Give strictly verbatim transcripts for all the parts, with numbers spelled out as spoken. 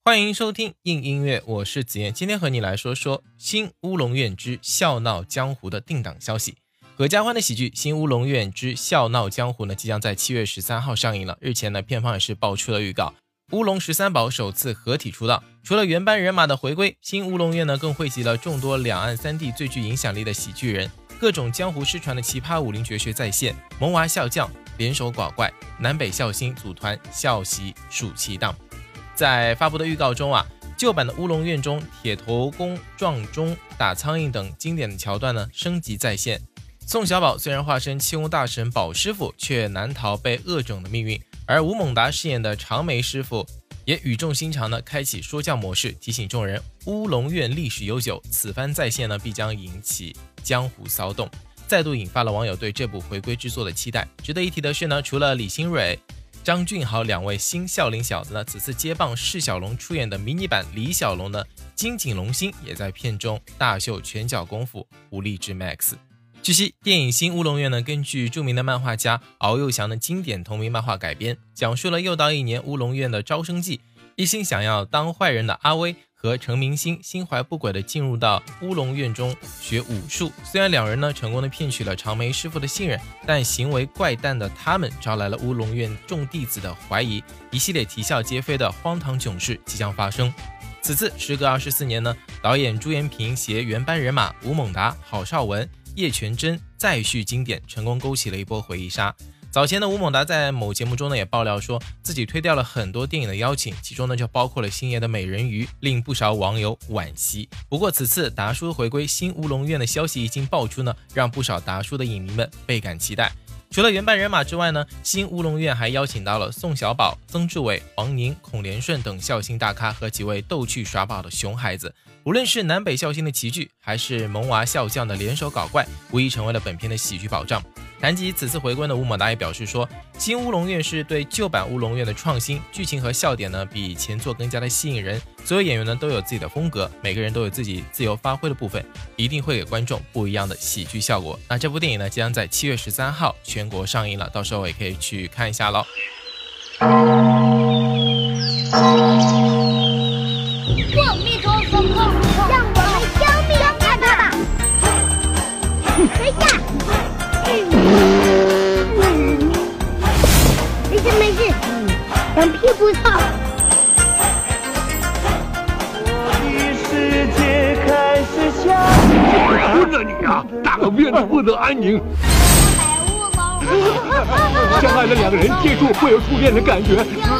欢迎收听硬音乐，我是子燕，今天和你来说说新乌龙院之笑闹江湖的定档消息。合家欢的喜剧《新乌龙院之笑闹江湖》呢，即将在七月十三号上映了。日前呢，片方也是爆出了预告，乌龙十三宝首次合体出道。除了原班人马的回归，新乌龙院呢更汇集了众多两岸三地最具影响力的喜剧人，各种江湖失传的奇葩武林绝学再现，萌娃笑将、联手搞怪、南北笑星组团笑喜暑期档。在发布的预告中啊，旧版的乌龙院中铁头功、撞钟、打苍蝇等经典的桥段呢升级再现。宋小宝虽然化身气功大神宝师傅，却难逃被恶整的命运，而吴孟达饰演的长眉师傅也语重心长地开启说教模式，提醒众人乌龙院历史悠久，此番再现呢必将引起江湖骚动，再度引发了网友对这部回归之作的期待。值得一提的是呢，除了李新蕊、张俊豪两位新笑龄小子呢，此次接棒释小龙出演的迷你版李小龙的金井龙星也在片中大秀拳脚功夫，武力值 max。 据悉，电影《新乌龙院》呢，根据著名的漫画家敖幼祥的经典同名漫画改编，讲述了又到一年乌龙院的招生季，一心想要当坏人的阿威和陈明星心怀不轨地进入到乌龙院中学武术。虽然两人呢成功地骗取了长眉师傅的信任，但行为怪诞的他们招来了乌龙院众弟子的怀疑，一系列啼笑皆非的荒唐囧事即将发生。此次时隔二十四年呢，导演朱延平携原班人马吴孟达、郝邵文、叶全真再续经典，成功勾起了一波回忆杀。早前的吴孟达在某节目中呢也爆料说自己推掉了很多电影的邀请，其中呢就包括了星爷的美人鱼，令不少网友惋惜。不过此次达叔回归新乌龙院的消息一经爆出呢，让不少达叔的影迷们倍感期待。除了原班人马之外呢，新乌龙院还邀请到了宋小宝、曾志伟、王宁、孔连顺等笑星大咖和几位逗趣耍宝的熊孩子。无论是南北笑星的齐聚，还是萌娃笑将的联手搞怪，无疑成为了本片的喜剧保障。谈及此次回归的吴孟达也表示说，新乌龙院是对旧版乌龙院的创新，剧情和笑点呢比前作更加的吸引人，所有演员呢都有自己的风格，每个人都有自己自由发挥的部分，一定会给观众不一样的喜剧效果。那这部电影呢即将在七月十三号全国上映了，到时候也可以去看一下咯。 破灭中孙悟空，让我们消灭他吧！等一下，没事没事，两屁股操。 我的世界开始下雨。 吞了你啊！大个院子不得安宁。相爱的两个人接触会有初恋的感觉。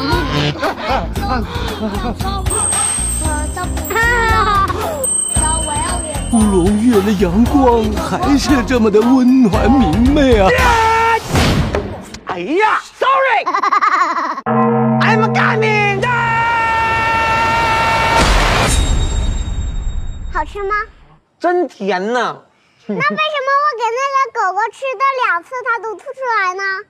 乌龙院的阳光还是这么的温暖明媚啊！哎呀 ，Sorry，I'm coming。 好吃吗？ 真甜呐！ 那为什么我给那个狗狗吃的两次，它都吐出来呢？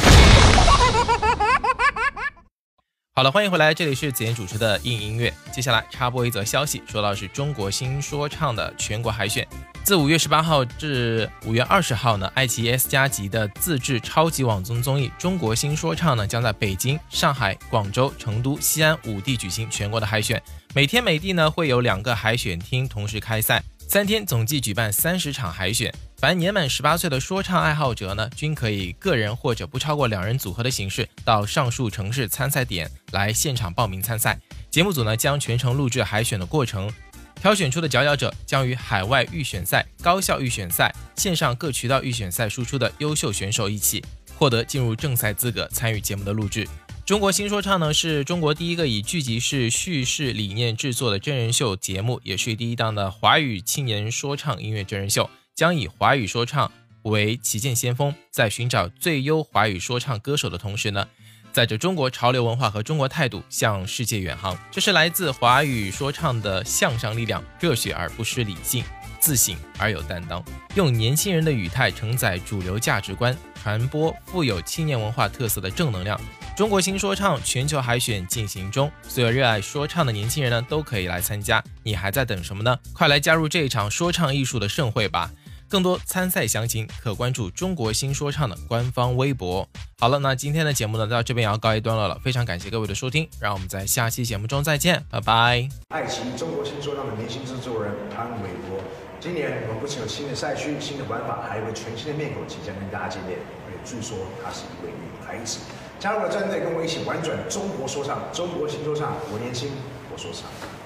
好了，欢迎回来，这里是子妍主持的硬音乐。接下来插播一则消息，说到是中国新说唱的全国海选，自五月十八号至五月二十号呢，爱奇艺 S 加级的自制超级网综综艺《中国新说唱》呢，将在北京、上海、广州、成都、西安五地举行全国的海选。每天每地呢会有两个海选厅同时开赛，三天总计举办三十场海选。凡年满十八岁的说唱爱好者呢，均可以个人或者不超过两人组合的形式到上述城市参赛点来现场报名参赛。节目组呢将全程录制海选的过程，挑选出的佼佼者将于海外预选赛、高校预选赛、线上各渠道预选赛输出的优秀选手一起获得进入正赛资格，参与节目的录制。中国新说唱呢是中国第一个以剧集式叙事理念制作的真人秀节目，也是第一档的华语青年说唱音乐真人秀，将以华语说唱为旗舰先锋，在寻找最优华语说唱歌手的同时呢，载着中国潮流文化和中国态度向世界远航。这是来自华语说唱的向上力量，热血而不失理性，自省而有担当，用年轻人的语态承载主流价值观，传播富有青年文化特色的正能量。中国新说唱全球海选进行中，所有热爱说唱的年轻人呢都可以来参加，你还在等什么呢？快来加入这一场说唱艺术的盛会吧！ 更多参赛详情可关注中国新说唱的官方微博。好了，那今天的节目呢到这边也要告一段落了，非常感谢各位的收听，让我们在下期节目中再见，拜拜。 爱奇艺中国新说唱的年轻制作人潘玮柏，今年我们不仅有新的赛区、新的玩法，还有一个全新的面孔即将跟大家见面，而且据说他是一位女孩子。加入了战队，跟我一起玩转中国说唱，中国新说唱，我年轻，我说唱。